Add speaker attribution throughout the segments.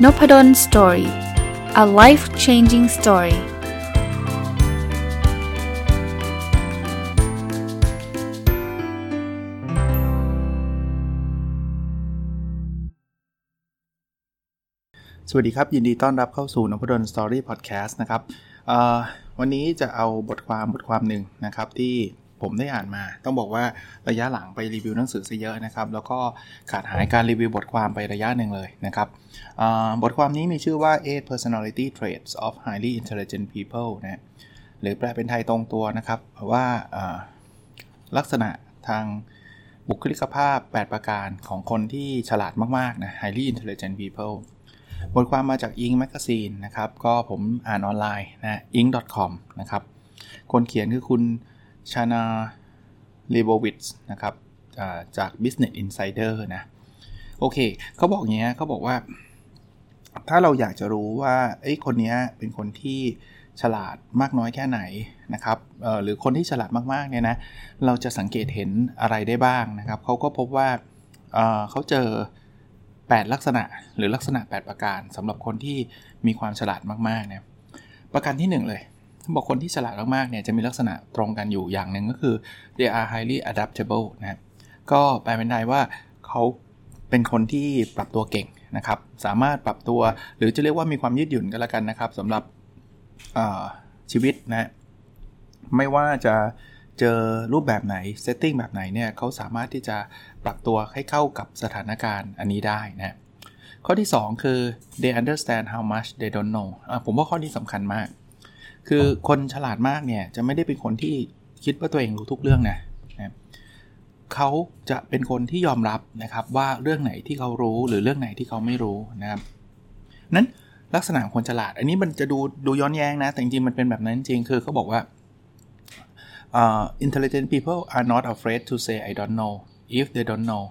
Speaker 1: Noppadan Story. A life-changing story.
Speaker 2: สวัสดีครับยินดีต้อนรับเข้าสู่ Noppadan Story Podcast นะครับวันนี้จะเอาบทความหนึ่งนะครับที่ผมได้อ่านมาต้องบอกว่าระยะหลังไปรีวิวหนังสือซะเยอะนะครับแล้วก็ขาดหายการรีวิวบทความไประยะหนึ่งเลยนะครับบทความนี้มีชื่อว่า 8 Personality Traits of Highly Intelligent People นะหรือแปลเป็นไทยตรงตัวนะครับว่าลักษณะทางบุคลิกภาพ8ประการของคนที่ฉลาดมากๆนะ Highly Intelligent Peopleบทความมาจาก Inc. Magazine นะครับก็ผมอ่านออนไลน์นะ inc.com นะครับคนเขียนคือคุณชานาลีโบวิทส์นะครับจาก Business Insider นะโอเคเขาบอกอย่างเงี้ยเขาบอกว่าถ้าเราอยากจะรู้ว่าคนนี้เป็นคนที่ฉลาดมากน้อยแค่ไหนนะครับหรือคนที่ฉลาดมากๆเนี่ยนะเราจะสังเกตเห็นอะไรได้บ้างนะครับเขาก็พบว่าเขาเจอ8ลักษณะหรือลักษณะ8ประการสำหรับคนที่มีความฉลาดมากๆเนี่ยประการที่1เลยบอกคนที่ฉลาดมากๆเนี่ยจะมีลักษณะตรงกันอยู่อย่างหนึ่งก็คือ they are highly adaptable นะก็แปลเป็นไทยว่าเขาเป็นคนที่ปรับตัวเก่งนะครับสามารถปรับตัวหรือจะเรียกว่ามีความยืดหยุ่นกันละกันนะครับสำหรับชีวิตนะไม่ว่าจะเจอรูปแบบไหนเซตติ้งแบบไหนเนี่ยเขาสามารถที่จะปรับตัวให้เข้ากับสถานการณ์อันนี้ได้นะข้อที่2คือ they understand how much they don't know ผมว่าข้อนี้สำคัญมากคือคนฉลาดมากเนี่ยจะไม่ได้เป็นคนที่คิดว่าตัวเองรู้ทุกเรื่องนะเขาจะเป็นคนที่ยอมรับนะครับว่าเรื่องไหนที่เขารู้หรือเรื่องไหนที่เขาไม่รู้นะครับนั้นลักษณะของคนฉลาดอันนี้มันจะดูย้อนแย้งนะแต่จริงๆมันเป็นแบบนั้นจริงคือเขาบอกว่าintelligent people are not afraid to say I don't know if they don't know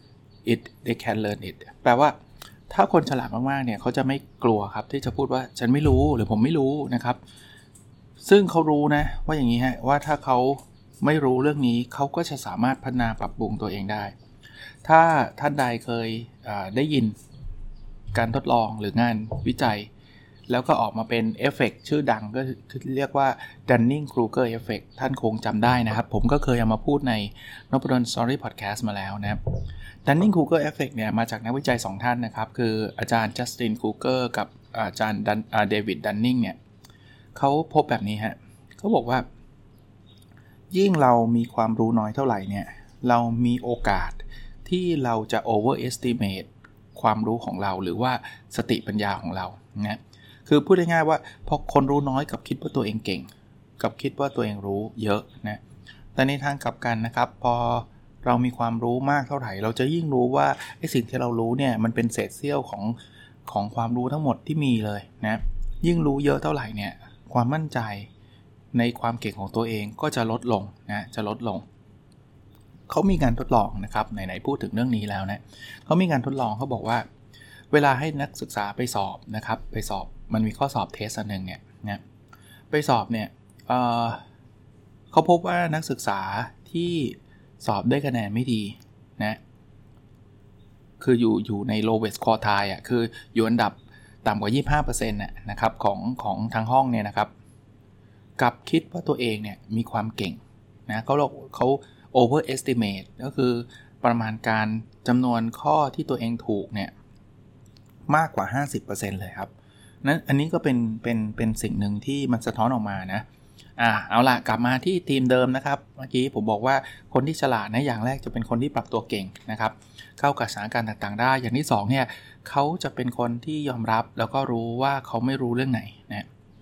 Speaker 2: it they can learn it แปลว่าถ้าคนฉลาดมากๆเนี่ยเขาจะไม่กลัวครับที่จะพูดว่าฉันไม่รู้หรือผมไม่รู้นะครับซึ่งเขารู้นะว่าอย่างนี้ฮะว่าถ้าเขาไม่รู้เรื่องนี้เขาก็จะสามารถพัฒนาปรับปรุงตัวเองได้ถ้าท่านใดเคยได้ยินการทดลองหรืองานวิจัยแล้วก็ออกมาเป็นเอฟเฟกต์ชื่อดังก็เรียกว่า Dunning-Kruger Effect ท่านคงจำได้นะครับผมก็เคยเอามาพูดใน Noppadan Story Podcast มาแล้วนะครับ Dunning-Kruger Effect เนี่ยมาจากนักวิจัย2ท่านนะครับคืออาจารย์ Justin Kruger กับอาจารย์เดวิด ดันนิงเนี่ยเขาพบแบบนี้ฮะเขาบอกว่ายิ่งเรามีความรู้น้อยเท่าไหร่เนี่ยเรามีโอกาสที่เราจะ overestimate ความรู้ของเราหรือว่าสติปัญญาของเรานะคือพูดง่ายๆว่าพอคนรู้น้อยกับคิดว่าตัวเองเก่งกับคิดว่าตัวเองรู้เยอะนะแต่ในทางกลับกันนะครับพอเรามีความรู้มากเท่าไหร่เราจะยิ่งรู้ว่าไอ้สิ่งที่เรารู้เนี่ยมันเป็นเศษเสี้ยวของความรู้ทั้งหมดที่มีเลยนะยิ่งรู้เยอะเท่าไหร่เนี่ยความมั่นใจในความเก่งของตัวเองก็จะลดลงนะจะลดลงเขามีการทดลองนะครับไหนๆพูดถึงเรื่องนี้แล้วนะเขามีการทดลองเขาบอกว่าเวลาให้นักศึกษาไปสอบนะครับไปสอบมันมีข้อสอบเทสอันนึงเนี่ยนะไปสอบเนี่ยเขาพบว่านักศึกษาที่สอบได้คะแนนไม่ดีนะคืออยู่ใน lowest quartile คืออยู่อันดับต่ำกว่า 25% นะครับของทางห้องเนี่ยนะครับกับคิดว่าตัวเองเนี่ยมีความเก่งนะเขา overestimate ก็คือประมาณการจำนวนข้อที่ตัวเองถูกเนี่ยมากกว่า 50% เลยครับนั้นอันนี้ก็เป็นสิ่งหนึ่งที่มันสะท้อนออกมานะเอาล่ะกลับมาที่ทีมเดิมนะครับเมื่อกี้ผมบอกว่าคนที่ฉลาดนะอย่างแรกจะเป็นคนที่ปรับตัวเก่งนะครับเข้ากับสถานการณ์ต่างๆได้อย่างที่2เนี่ยเขาจะเป็นคนที่ยอมรับแล้วก็รู้ว่าเขาไม่รู้เรื่องไหนนะ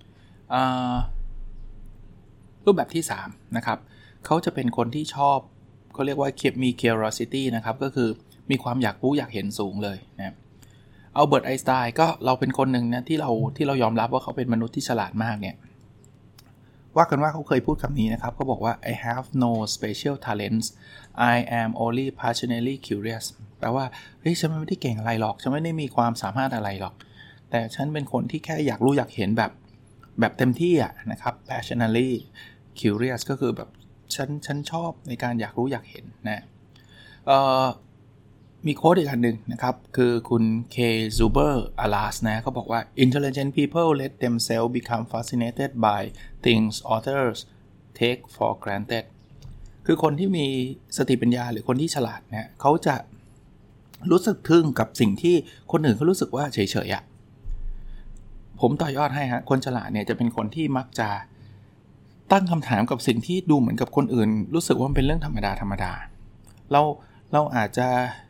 Speaker 2: รูปแบบที่3นะครับเขาจะเป็นคนที่ชอบเขาเรียกว่ามี curiosity นะครับก็คือมีความอยากรู้อยากเห็นสูงเลยนะอัลเบิร์ตไอน์สไตน์ก็เราเป็นคนหนึ่งนะที่เรายอมรับว่าเขาเป็นมนุษย์ที่ฉลาดมากเนี่ยว่ากันว่าเขาเคยพูดคำนี้นะครับเขาบอกว่า I have no special talents I am only passionately curious แปลว่าเฮ้ยฉันไม่ได้เก่งอะไรหรอกฉันไม่ได้มีความสามารถอะไรหรอกแต่ฉันเป็นคนที่แค่อยากรู้อยากเห็นแบบเต็มที่นะครับ passionately curious ก็คือแบบฉันชอบในการอยากรู้อยากเห็นนะมีโค้ดอีกอันหนึ่งนะครับคือคุณ K. Zuber Alas นะเขาบอกว่า intelligent people let themselves become fascinated by things others take for granted คือคนที่มีสติปัญญาหรือคนที่ฉลาดเนี่ยเขาจะรู้สึกทึ่งกับสิ่งที่คนอื่นเขารู้สึกว่าเฉยๆอ่ะผมต่อยอดให้ฮะคนฉลาดเนี่ยจะเป็นคนที่มักจะตั้งคำถามกับสิ่งที่ดูเหมือนกับคนอื่นรู้สึกว่ามันเป็นเรื่องธรรมดาเราอาจจะ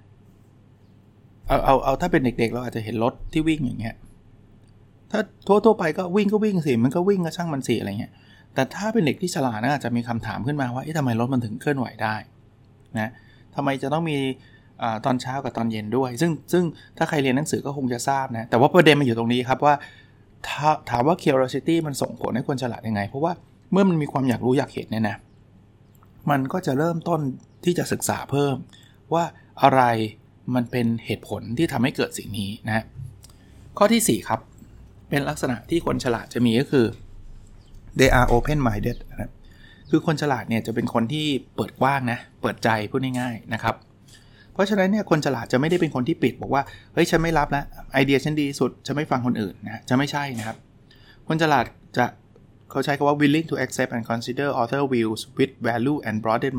Speaker 2: เอาถ้าเป็นเด็กๆเราอาจจะเห็นรถที่วิ่งอย่างเงี้ยถ้าทั่วไปก็วิ่งสิมันก็วิ่งก็ช่างมันสิอะไรเงี้ยแต่ถ้าเป็นเด็กที่ฉลาดนะอาจจะมีคำถามขึ้นมาว่าทำไมรถมันถึงเคลื่อนไหวได้นะทำไมจะต้องมีตอนเช้ากับตอนเย็นด้วยซึ่งถ้าใครเรียนหนังสือก็คงจะทราบนะแต่ว่าประเด็นมันอยู่ตรงนี้ครับว่าถามว่า curiosity มันส่งผลให้คนฉลาดยังไงเพราะว่าเมื่อมันมีความอยากรู้อยากเห็นเนี่ยนะมันก็จะเริ่มต้นที่จะศึกษาเพิ่มว่าอะไรมันเป็นเหตุผลที่ทำให้เกิดสิ่งนี้นะข้อที่4ครับเป็นลักษณะที่คนฉลาดจะมีก็คือ they are open minded นะคือคนฉลาดเนี่ยจะเป็นคนที่เปิดกว้างนะเปิดใจพูดง่ายๆนะครับเพราะฉะนั้นเนี่ยคนฉลาดจะไม่ได้เป็นคนที่ปิดบอกว่าเฮ้ยฉันไม่รับแล้วไอเดียฉันดีสุดฉันไม่ฟังคนอื่นนะจะไม่ใช่นะครับคนฉลาดจะเขาใช้คำว่า willing to accept and consider other views with value and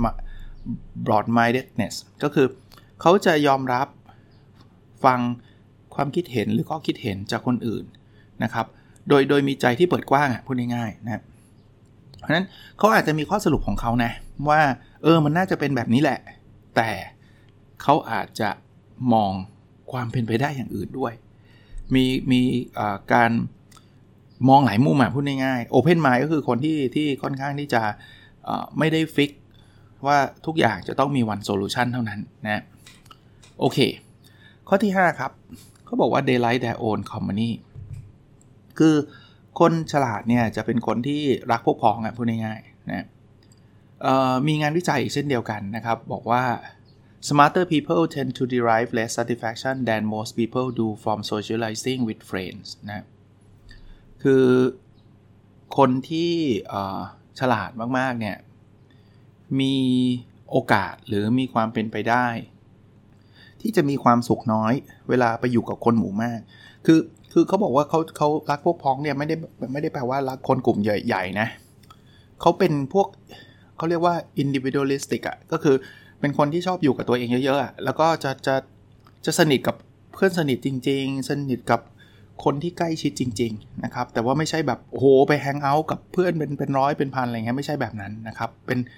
Speaker 2: broad-mindedness ก็คือเขาจะยอมรับฟังความคิดเห็นหรือข้อคิดเห็นจากคนอื่นนะครับโดยมีใจที่เปิดกว้างพูดง่ายๆนะเพราะฉะนั้นเขาอาจจะมีข้อสรุปของเขานะว่ามันน่าจะเป็นแบบนี้แหละแต่เขาอาจจะมองความเป็นไปได้อย่างอื่นด้วยมีการมองหลายมุมพูดง่ายๆ Open Mind ก็คือคนที่ค่อนข้างที่จะไม่ได้ฟิกว่าทุกอย่างจะต้องมี one solution เท่านั้นนะโอเคข้อที่5ครับเขาบอกว่า they like their own company คือคนฉลาดเนี่ยจะเป็นคนที่รักพวกพ้องพูดง่ายๆนะมีงานวิจัยอีกเช่นเดียวกันนะครับบอกว่า smarter people tend to derive less satisfaction than most people do from socializing with friends นะคือคนที่ฉลาดมากๆเนี่ยมีโอกาสหรือมีความเป็นไปได้ที่จะมีความสุขน้อยเวลาไปอยู่กับคนหมู่มากคือเขาบอกว่าเขารักพวกพ้องเนี่ยไม่ได้แปลว่ารักคนกลุ่มใหญ่ๆนะเขาเป็นพวกเขาเรียกว่า individualistic ก็คือเป็นคนที่ชอบอยู่กับตัวเองเยอะๆแล้วก็จะสนิทกับเพื่อนสนิทจริงๆสนิทกับคนที่ใกล้ชิดจริงๆนะครับแต่ว่าไม่ใช่แบบโอ้โหไปแฮงเอาท์กับเพื่อนเป็นร้อยเป็นพันอะไรเงี้ยไม่ใช่แบบนั้นนะครับ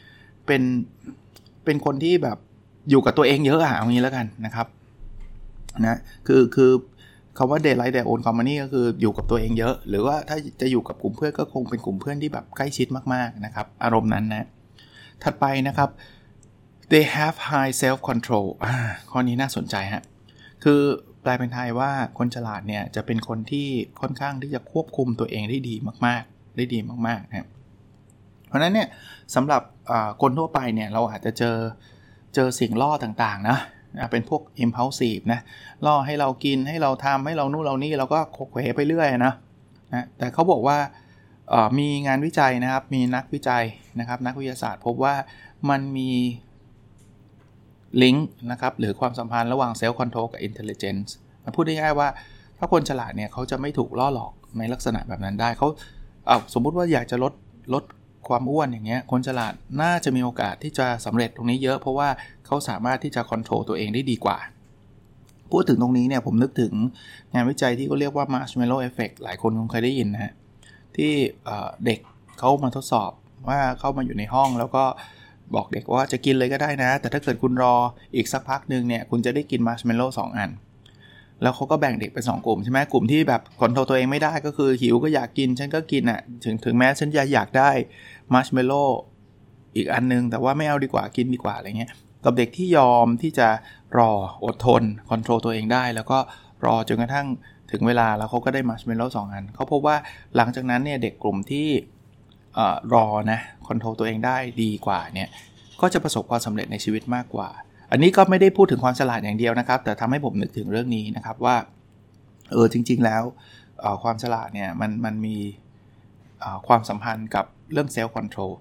Speaker 2: เป็นคนที่แบบอยู่กับตัวเองเยอะเอางี้แล้วกันนะครับนะคือคำว่า they like their own company ก็คืออยู่กับตัวเองเยอะหรือว่าถ้าจะอยู่กับกลุ่มเพื่อนก็คงเป็นกลุ่มเพื่อนที่แบบใกล้ชิดมากๆนะครับอารมณ์นั้นนะถัดไปนะครับ they have high self control ข้อนี้น่าสนใจฮะคือแปลเป็นไทยว่าคนฉลาดเนี่ยจะเป็นคนที่ค่อนข้างที่จะควบคุมตัวเองได้ดีมากนะครับเพราะนั้นเนี่ยสำหรับคนทั่วไปเนี่ยเราอาจจะเจอสิ่งล่อต่างๆนะเป็นพวก impulsive นะล่อให้เรากินให้เราทำให้เรานู่นเรานี่เราก็โขกไปเรื่อยนะแต่เขาบอกว่ามีงานวิจัยนะครับมีนักวิจัยนะครับนักวิทยาศาสตร์พบว่ามันมีลิงก์นะครับหรือความสัมพันธ์ระหว่าง self control กับ intelligence พูดง่ายๆว่าถ้าคนฉลาดเนี่ยเขาจะไม่ถูกล่อหลอกในลักษณะแบบนั้นได้เขาสมมุติว่าอยากจะลดความอ้วนอย่างเงี้ยคนฉลาดน่าจะมีโอกาสที่จะสำเร็จตรงนี้เยอะเพราะว่าเขาสามารถที่จะคอนโทรลตัวเองได้ดีกว่าพูดถึงตรงนี้เนี่ยผมนึกถึงงานวิจัยที่เขาเรียกว่า marshmallow effect หลายคนคงเคยได้ยินนะฮะที่เด็กเขามาทดสอบว่าเข้ามาอยู่ในห้องแล้วก็บอกเด็กว่าจะกินเลยก็ได้นะแต่ถ้าเกิดคุณรออีกสักพักนึงเนี่ยคุณจะได้กิน marshmallow 2 อันแล้วเขาก็แบ่งเด็กเป็น2กลุ่มใช่ไหมกลุ่มที่แบบคอนโทรลตัวเองไม่ได้ก็คือหิวก็อยากกินฉันก็กินถึงแม้ฉันจะอยากได้มาร์ชเมลโล่อีกอันนึงแต่ว่าไม่เอาดีกว่ากินดีกว่าอะไรเงี้ยกับเด็กที่ยอมที่จะรออดทนคอนโทรลตัวเองได้แล้วก็รอจนกระทั่งถึงเวลาแล้วเขาก็ได้มาร์ชเมลโล่2 อันเขาพบว่าหลังจากนั้นเนี่ยเด็กกลุ่มที่รอนะคอนโทรลตัวเองได้ดีกว่าเนี่ยก็จะประสบความสำเร็จในชีวิตมากกว่าอันนี้ก็ไม่ได้พูดถึงความฉลาดอย่างเดียวนะครับแต่ทำให้ผมนึกถึงเรื่องนี้นะครับว่าจริงๆแล้วความฉลาดเนี่ยมันมีความสัมพันธ์กับเรื่องเซลฟ์คอนโทรล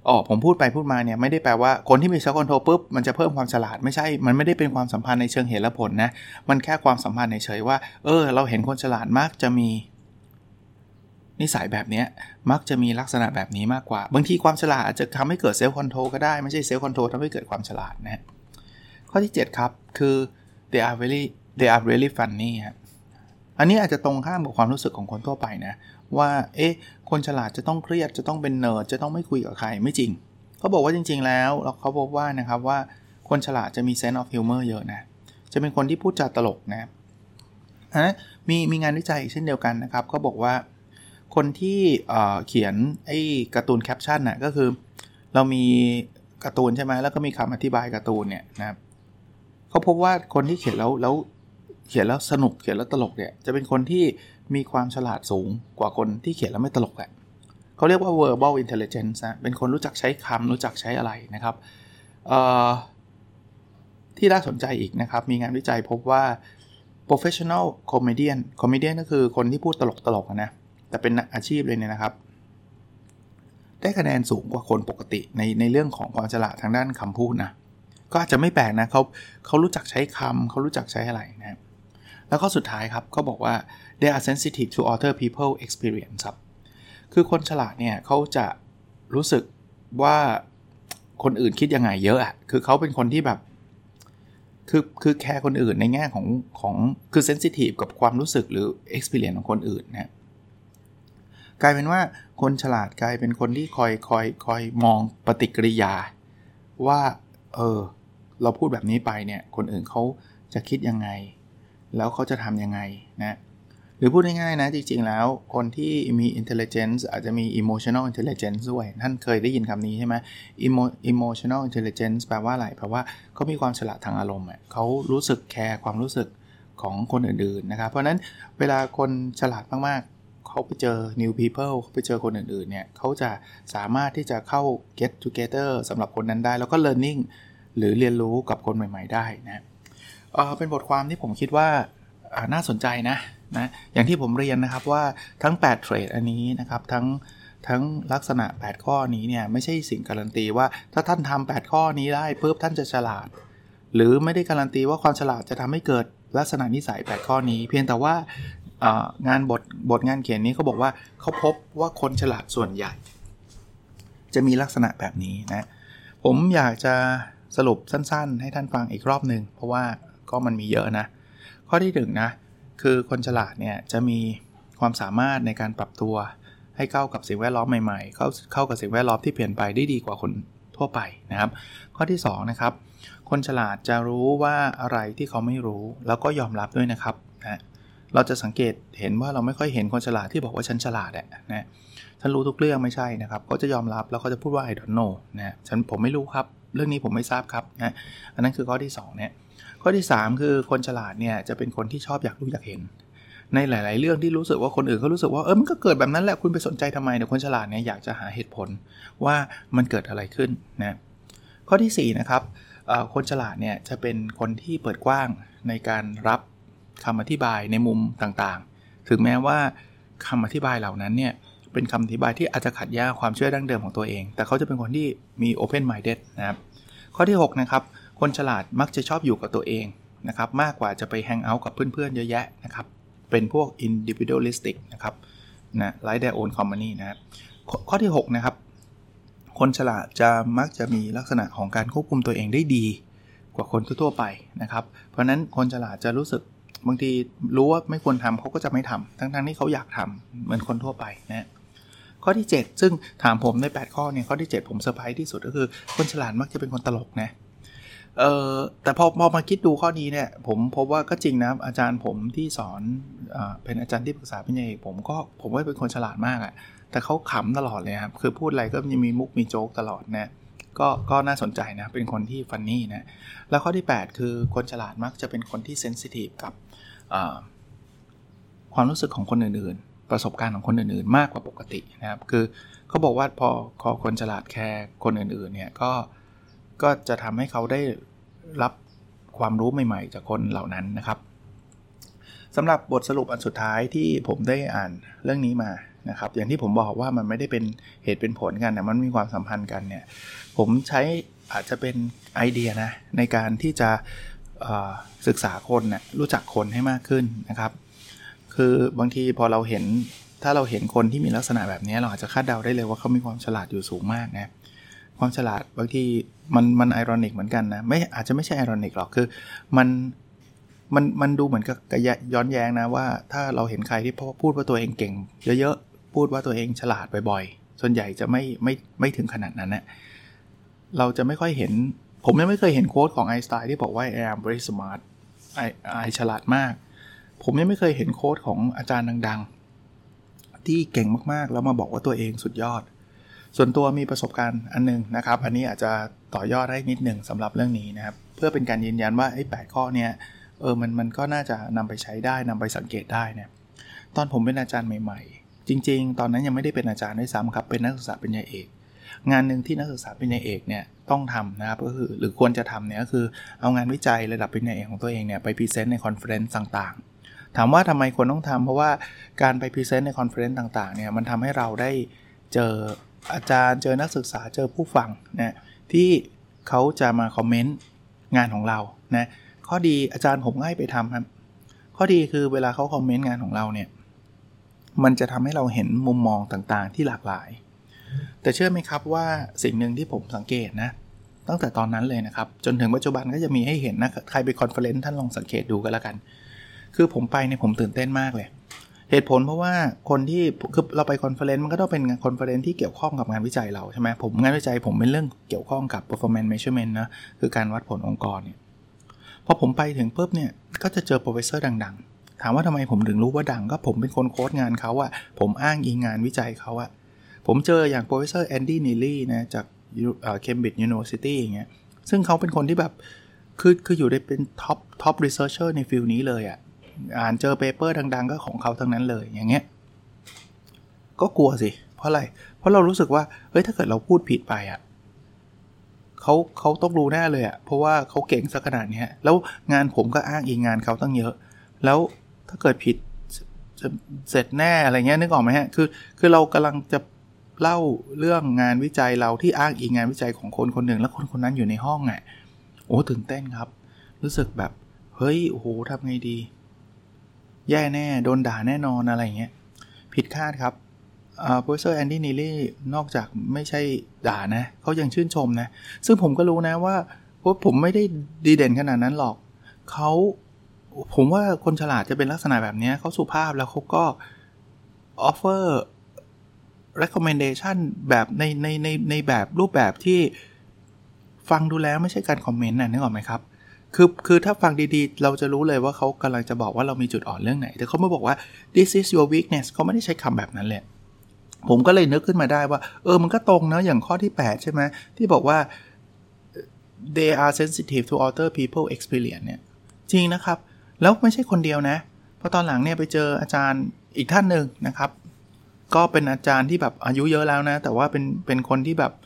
Speaker 2: ผมพูดไปพูดมาเนี่ยไม่ได้แปลว่าคนที่มี self control ปุ๊บมันจะเพิ่มความฉลาดไม่ใช่มันไม่ได้เป็นความสัมพันธ์ในเชิงเหตุและผลนะมันแค่ความสัมพันธ์เฉยๆว่าเราเห็นคนฉลาดมักจะมีนิสัยแบบนี้มักจะมีลักษณะแบบนี้มากกว่าบางทีความฉลาดอาจจะทำให้เกิด self control ก็ได้ไม่ใช่ self control ทำให้เกิดความฉลาดนะข้อที่7ครับคือ they are really funny ฮะอันนี้อาจจะตรงข้ามกับความรู้สึกของคนทั่วไปนะว่าคนฉลาดจะต้องเครียดจะต้องเป็นเนิร์ดจะต้องไม่คุยกับใครไม่จริงเขาบอกว่าจริงๆแล้วเขาพบว่านะครับว่าคนฉลาดจะมี sense of humor เยอะนะจะเป็นคนที่พูดจาตลกนะมีงานวิจัยเช่นเดียวกันนะครับเขาบอกว่าคนที่เขียนการ์ตูนแคปชั่นน่ะก็คือเรามีการ์ตูนใช่ไหมแล้วก็มีคำอธิบายการ์ตูนเนี่ยนะครับเขาพบว่าคนที่เขียนแล้วเขียนแล้วสนุกเขียนแล้วตลกเนี่ยจะเป็นคนที่มีความฉลาดสูงกว่าคนที่เขียนแล้วไม่ตลกแหละเขาเรียกว่า verbal intelligence นะเป็นคนรู้จักใช้คำรู้จักใช้อะไรนะครับที่น่าสนใจอีกนะครับมีงานวิจัยพบว่า professional comedian ก็คือคนที่พูดตลกนะแต่เป็นอาชีพเลยเนี่ยนะครับได้คะแนนสูงกว่าคนปกติในเรื่องของความฉลาดทางด้านคำพูดนะก็อาจจะไม่แปลกนะเขารู้จักใช้คำเขารู้จักใช้อะไรนะแล้วก็สุดท้ายครับเขาบอกว่า they are sensitive to other people experience ครับคือคนฉลาดเนี่ยเขาจะรู้สึกว่าคนอื่นคิดยังไงเยอะคือเขาเป็นคนที่แบบคือแคร์คนอื่นในแง่ของคือ sensitive กับความรู้สึกหรือ experience ของคนอื่นนะกลายเป็นว่าคนฉลาดกลายเป็นคนที่คอยมองปฏิกิริยาว่าเราพูดแบบนี้ไปเนี่ยคนอื่นเขาจะคิดยังไงแล้วเขาจะทำยังไงนะหรือพูดง่ายๆนะจริงๆแล้วคนที่มี intelligence อาจจะมี emotional intelligence ด้วยท่านเคยได้ยินคำนี้ใช่ไหม emotional intelligence แปลว่าอะไรแปลว่าเขามีความฉลาดทางอารมณ์เขารู้สึกแคร์ความรู้สึกของคนอื่นๆนะครับเพราะนั้นเวลาคนฉลาดมากๆเขาไปเจอ new people ไปเจอคนอื่นๆเนี่ยเขาจะสามารถที่จะเข้า get together สำหรับคนนั้นได้แล้วก็ learning หรือเรียนรู้กับคนใหม่ๆได้นะเป็นบทความที่ผมคิดว่าน่าสนใจนะอย่างที่ผมเรียนนะครับว่าทั้ง8เทรดอันนี้นะครับทั้งลักษณะ8ข้อนี้เนี่ยไม่ใช่สิ่งการันตีว่าถ้าท่านทำ8ข้อนี้ได้ปุ๊บท่านจะฉลาดหรือไม่ได้การันตีว่าความฉลาดจะทำให้เกิดลักษณะนิสัย8ข้อนี้เพียงแต่ว่างานบทงานเขียนนี้เขาบอกว่าเขาพบว่าคนฉลาดส่วนใหญ่จะมีลักษณะแบบนี้นะผมอยากจะสรุปสั้นๆให้ท่านฟังอีกรอบนึงเพราะว่าก็มันมีเยอะนะข้อที่1นะคือคนฉลาดเนี่ยจะมีความสามารถในการปรับตัวให้เข้ากับสิ่งแวดล้อมใหม่ๆเข้ากับสิ่งแวดล้อมที่เปลี่ยนไปได้ดีกว่าคนทั่วไปนะครับข้อที่2นะครับคนฉลาดจะรู้ว่าอะไรที่เขาไม่รู้แล้วก็ยอมรับด้วยนะครับนะเราจะสังเกตเห็นว่าเราไม่ค่อยเห็นคนฉลาดที่บอกว่าฉันฉลาดนะฉันรู้ทุกเรื่องไม่ใช่นะครับเขาจะยอมรับแล้วเขาจะพูดว่า I don't know นะผมไม่รู้ครับเรื่องนี้ผมไม่ทราบครับนะอันนั้นคือข้อที่2เนี่ยข้อที่3คือคนฉลาดเนี่ยจะเป็นคนที่ชอบอยากรู้อยากเห็นในหลายๆเรื่องที่รู้สึกว่าคนอื่นเขารู้สึกว่ามันก็เกิดแบบนั้นแหละคุณไปสนใจทำไมเนี่ยคนฉลาดเนี่ยอยากจะหาเหตุผลว่ามันเกิดอะไรขึ้นนะข้อที่4นะครับคนฉลาดเนี่ยจะเป็นคนที่เปิดกว้างในการรับคำอธิบายในมุมต่างๆถึงแม้ว่าคำอธิบายเหล่านั้นเนี่ยเป็นคำอธิบายที่อาจจะขัดแย้งความเชื่อดั้งเดิมของตัวเองแต่เขาจะเป็นคนที่มี open minded นะครับข้อที่6นะครับคนฉลาดมักจะชอบอยู่กับตัวเองนะครับมากกว่าจะไปแฮงเอาท์กับเพื่อนๆเยอะแยะนะครับเป็นพวก individualistic นะครับlike their own company นะครับข้อที่6นะครับคนฉลาดจะมักจะมีลักษณะของการควบคุมตัวเองได้ดีกว่าคนทั่วๆไปนะครับเพราะนั้นคนฉลาดจะรู้สึกบางทีรู้ว่าไม่ควรทำเขาก็จะไม่ทำทั้งๆที่เขาอยากทำเหมือนคนทั่วไปนะข้อที่7ซึ่งถามผมใน8ข้อเนี่ยข้อที่7ผมเซอร์ไพรส์ที่สุดก็คือคนฉลาดมักจะเป็นคนตลกนะแต่พอมาคิดดูข้อนี้เนี่ยผมพบว่าก็จริงนะอาจารย์ผมที่สอนเป็นอาจารย์ที่ปรึกษาปริญญาเอกผมว่าเป็นคนฉลาดมากแต่เขาขำตลอดเลยครับคือพูดอะไรก็มีมุกมีโจ๊กตลอดนะก็น่าสนใจนะเป็นคนที่ฟันนี่นะแล้วข้อที่8คือคนฉลาดมักจะเป็นคนที่เซนซิทีฟกับความรู้สึกของคนอื่นๆประสบการณ์ของคนอื่นๆมากกว่าปกตินะครับคือเขาบอกว่าพอคนฉลาดแคร์คนอื่นๆเนี่ยก็จะทำให้เขาได้รับความรู้ใหม่ๆจากคนเหล่านั้นนะครับสำหรับบทสรุปอันสุดท้ายที่ผมได้อ่านเรื่องนี้มานะครับอย่างที่ผมบอกว่ามันไม่ได้เป็นเหตุเป็นผลกันนะมันมีความสัมพันธ์กันเนี่ยผมใช้อาจจะเป็นไอเดียนะในการที่จะศึกษาคนนะรู้จักคนให้มากขึ้นนะครับคือบางทีพอเราเห็นถ้าเราเห็นคนที่มีลักษณะแบบนี้เราอาจจะคาดเดาได้เลยว่าเขามีความฉลาดอยู่สูงมากนะความฉลาดบางทีมันไอรอนิกเหมือนกันนะไม่อาจจะไม่ใช่ไอรอนิกหรอกคือมันดูเหมือนกับย้อนแย้งนะว่าถ้าเราเห็นใครที่พูดว่าตัวเองเก่งเยอะๆพูดว่าตัวเองฉลาดบ่อยๆส่วนใหญ่จะไม่ถึงขนาดนั้นนะเราจะไม่ค่อยเห็นผมยังไม่เคยเห็นโค้ดของไอน์สไตน์ที่บอกว่า I am very smart ไอฉลาดมากผมยังไม่เคยเห็นโค้ดของอาจารย์ดังๆที่เก่งมากๆแล้วมาบอกว่าตัวเองสุดยอดส่วนตัวมีประสบการณ์อันนึงนะครับอันนี้อาจจะต่อยอดได้นิดนึงสำหรับเรื่องนี้นะครับเพื่อเป็นการยืนยันว่าไอ้8ข้อเนี้ยมันก็น่าจะนำไปใช้ได้นำไปสังเกตได้เนี่ยตอนผมเป็นอาจารย์ใหม่ๆจริงๆตอนนั้นยังไม่ได้เป็นอาจารย์ด้วยซ้ำครับเป็นนักศึกษาปริญญาเอกงานหนึ่งที่นักศึกษาปริญญาเอกเนี่ยต้องทำนะครับก็คือหรือควรจะทำเนี่ยก็คือเอางานวิจัยระดับปริญญาเอกของตัวเองเนี่ยไปพรีเซนต์ในคอนเฟอเรนซ์ต่างๆถามว่าทำไมควรต้องทำเพราะว่าการไปพรีเซนต์ในคอนเฟอเรนซ์ต่างๆเนี่ยมันทำให้เราได้เจออาจารย์เจอนักศึกษาเจอผู้ฟังนะที่เขาจะมาคอมเมนต์งานของเรานะข้อดีอาจารย์ผมก็ให้ไปทำครับข้อดีคือเวลาเขาคอมเมนต์งานของเราเนี่ยมันจะทำให้เราเห็นมุมมองต่างๆที่หลากหลายแต่เชื่อไหมครับว่าสิ่งหนึ่งที่ผมสังเกตนะตั้งแต่ตอนนั้นเลยนะครับจนถึงปัจจุบันก็จะมีให้เห็นนะใครไปคอนเฟอเรนซ์ท่านลองสังเกตดูกันแล้วกันคือผมไปเนี่ยผมตื่นเต้นมากเลยเหตุผลเพราะว่าคนที่คือเราไปคอนเฟอเรนซ์มันก็ต้องเป็นคอนเฟอเรนซ์ที่เกี่ยวข้องกับงานวิจัยเราใช่ไหมผมงานวิจัยผมเป็นเรื่องเกี่ยวข้องกับ performance measurement นะคือการวัดผลองค์กรเนี่ยพอผมไปถึงปุ๊บเนี่ยก็จะเจอโปรเฟสเซอร์ดังๆถามว่าทำไมผมถึงรู้ว่าดังก็ผมเป็นคนโค้ดงานเขาอะผมอ้างอิงงานวิจัยเขาอะผมเจออย่างโปรเฟสเซอร์แอนดี้นีลลี่นะจากCambridge University อย่างเงี้ยซึ่งเขาเป็นคนที่แบบคืออยู่ในเป็นท็อปรีเสิร์ชเชอร์ในฟิลนี้เลยอะอ่านเจอเปเปอร์ดังๆก็ของเขาทั้งนั้นเลยอย่างเงี้ยก็กลัวสิเพราะอะไรเพราะเรารู้สึกว่าเฮ้ยถ้าเกิดเราพูดผิดไปอ่ะเขาต้องรู้แน่เลยอ่ะเพราะว่าเขาเก่งซะขนาดนี้แล้วงานผมก็อ้างอิงงานเขาตั้งเยอะแล้วถ้าเกิดผิดจะเสร็จแน่อะไรเงี้ยนึกออกไหมฮะคือเรากำลังจะเล่าเรื่องงานวิจัยเราที่อ้างอิงงานวิจัยของคนคนหนึ่งแล้วคนนั้นอยู่ในห้องอ่ะโอ้ตื่นเต้นครับรู้สึกแบบเฮ้ยโอ้โหทำไงดีแย่แน่โดนด่าแน่นอนอะไรเงี้ยผิดคาดครับโปรเฟสเซอร์แอนดี้นีลลี่นอกจากไม่ใช่ด่านะเขายังชื่นชมนะซึ่งผมก็รู้นะว่าผมไม่ได้ดีเด่นขนาดนั้นหรอกผมว่าคนฉลาดจะเป็นลักษณะแบบนี้เขาสุภาพแล้วเขาก็ offer recommendation แบบในแบบรูปแบบที่ฟังดูแล้วไม่ใช่การคอมเมนต์นะนึกออกไหมครับคือถ้าฟังดีๆเราจะรู้เลยว่าเขากำลังจะบอกว่าเรามีจุดอ่อนเรื่องไหนแต่เขาไม่บอกว่า this is your weakness เขาไม่ได้ใช้คำแบบนั้นเลยผมก็เลยนึกขึ้นมาได้ว่ามันก็ตรงนะอย่างข้อที่8ใช่ไหมที่บอกว่า they are sensitive to other people experience เนี่ยจริงนะครับแล้วไม่ใช่คนเดียวนะเพราะตอนหลังเนี่ยไปเจออาจารย์อีกท่านหนึ่งนะครับก็เป็นอาจารย์ที่แบบอายุเยอะแล้วนะแต่ว่าเป็นคนที่แบบ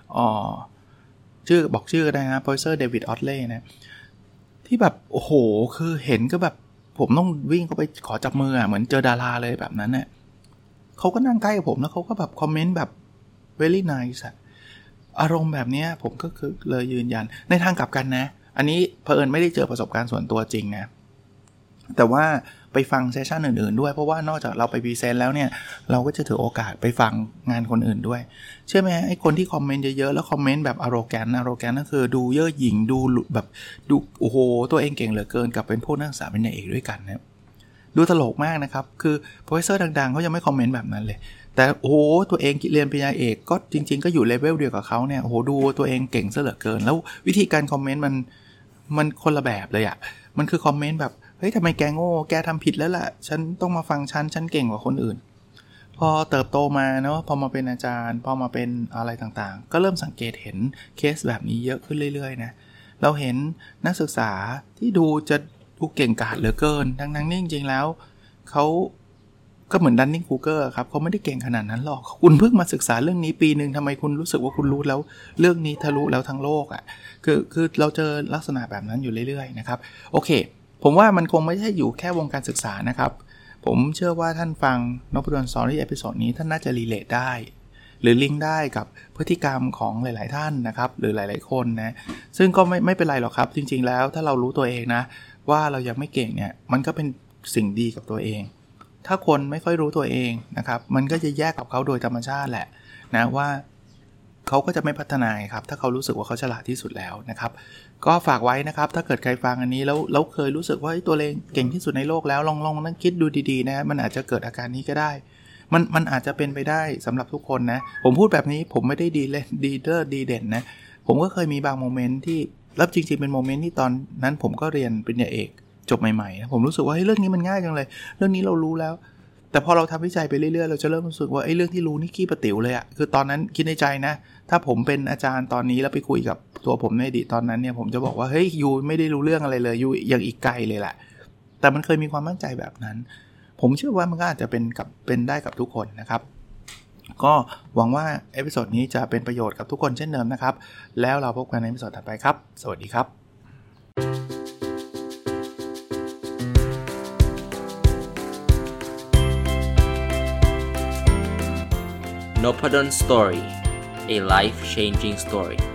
Speaker 2: บอกชื่อก็ได้นะ Professor David Otley นะที่แบบโอ้โหคือเห็นก็แบบผมต้องวิ่งเข้าไปขอจับมือเหมือนเจอดาราเลยแบบนั้นเนี่ยเขาก็นั่งใกล้กับผมแล้วเขาก็แบบคอมเมนต์แบบ very nice อารมณ์แบบนี้ผมก็คือเลยยืนยันในทางกลับกันนะอันนี้เผอิญไม่ได้เจอประสบการณ์ส่วนตัวจริงนะแต่ว่าไปฟังเซสชั่นอื่นๆด้วยเพราะว่านอกจากเราไปพรีเซนต์แล้วเนี่ยเราก็จะถือโอกาสไปฟังงานคนอื่นด้วยเชื่อไหมไอ้คนที่คอมเมนต์เยอะๆแล้วคอมเมนต์แบบ arrogant ก็คือดูเย่อหยิ่งดูแบบดูโอ้โหตัวเองเก่งเหลือเกินกับเป็นพวกนักศึกษาปริญญาเอกด้วยกันนะดูตลกมากนะครับคือโปรเฟสเซอร์ดังๆเขายังไม่คอมเมนต์แบบนั้นเลยแต่โอ้โหตัวเองเรียนปริญญาเอกก็จริงๆก็อยู่เลเวลเดียวกับเขาเนี่ยโอ้โหดูตัวเองเก่งซะเหลือเกินแล้ววิธีการคอมเมนต์มันคนละแบบเลยอะมันคือคอมเมนต์แบบเฮ้ยทำไมแกโง่แกทำผิดแล้วล่ะฉันต้องมาฟังฉันเก่งกว่าคนอื่นพอเติบโตมาเนาะพอมาเป็นอาจารย์พอมาเป็นอะไรต่างๆก็เริ่มสังเกตเห็นเคสแบบนี้เยอะขึ้นเรื่อยๆนะเราเห็นนักศึกษาที่ดูเก่งกาจเหลือเกินทั้งๆนี่จริงๆแล้วเขาก็เหมือนดันนิงคูเกอร์ครับเขาไม่ได้เก่งขนาดนั้นหรอกคุณเพิ่งมาศึกษาเรื่องนี้ปีนึงทำไมคุณรู้สึกว่าคุณรู้แล้วเรื่องนี้ทะลุแล้วทั้งโลกอ่ะคือเราเจอลักษณะแบบนั้นอยู่เรื่อยๆนะครับโอเคผมว่ามันคงไม่ใช่อยู่แค่วงการศึกษานะครับผมเชื่อว่าท่านฟังนพดล Story เอพิโซดนี้ท่านน่าจะรีเลทได้หรือลิงก์ได้กับพฤติกรรมของหลายๆท่านนะครับหรือหลายๆคนนะซึ่งก็ไม่เป็นไรหรอกครับจริงๆแล้วถ้าเรารู้ตัวเองนะว่าเรายังไม่เก่งเนี่ยมันก็เป็นสิ่งดีกับตัวเองถ้าคนไม่ค่อยรู้ตัวเองนะครับมันก็จะแยกกับเขาโดยธรรมชาติแหละนะว่าเขาก็จะไม่พัฒนาครับถ้าเขารู้สึกว่าเขาฉลาดที่สุดแล้วนะครับก็ฝากไว้นะครับถ้าเกิดใครฟังอันนี้แล้วเคยรู้สึกว่าตัวเองเก่งที่สุดในโลกแล้วลองนั่งคิดดูดีๆนะมันอาจจะเกิดอาการนี้ก็ได้มันอาจจะเป็นไปได้สำหรับทุกคนนะผมพูดแบบนี้ผมไม่ได้ดีเด่นนะผมก็เคยมีบางโมเมนต์ที่แล้วจริงๆเป็นโมเมนต์ที่ตอนนั้นผมก็เรียนปริญญาเอกจบใหม่ๆนะผมรู้สึกว่าเรื่องนี้มันง่ายจังเลยเรื่องนี้เรารู้แล้วแต่พอเราทำวิจัยไปเรื่อยๆเราจะเริ่มรู้สึกว่าเรื่องที่รู้นี่ขี้ประติ๋วเลยอะคือตอนนั้นคิดในใจนะถ้าผมเป็นอาจารย์ตอนนี้แล้วไปคุยกับตัวผมในอดีตตอนนั้นเนี่ยผมจะบอกว่าเฮ้ยยูไม่ได้รู้เรื่องอะไรเลยยูยังอีกไกลเลยแหละแต่มันเคยมีความมั่นใจแบบนั้นผมเชื่อว่ามันก็อาจจะเป็นได้กับทุกคนนะครับก็หวังว่าเอพิโซดนี้จะเป็นประโยชน์กับทุกคนเช่นเดิมนะครับแล้วเราพบกันในเอพิโซดถัดไปครับสวัสดีครับ
Speaker 3: Nopadon Story, a life-changing story.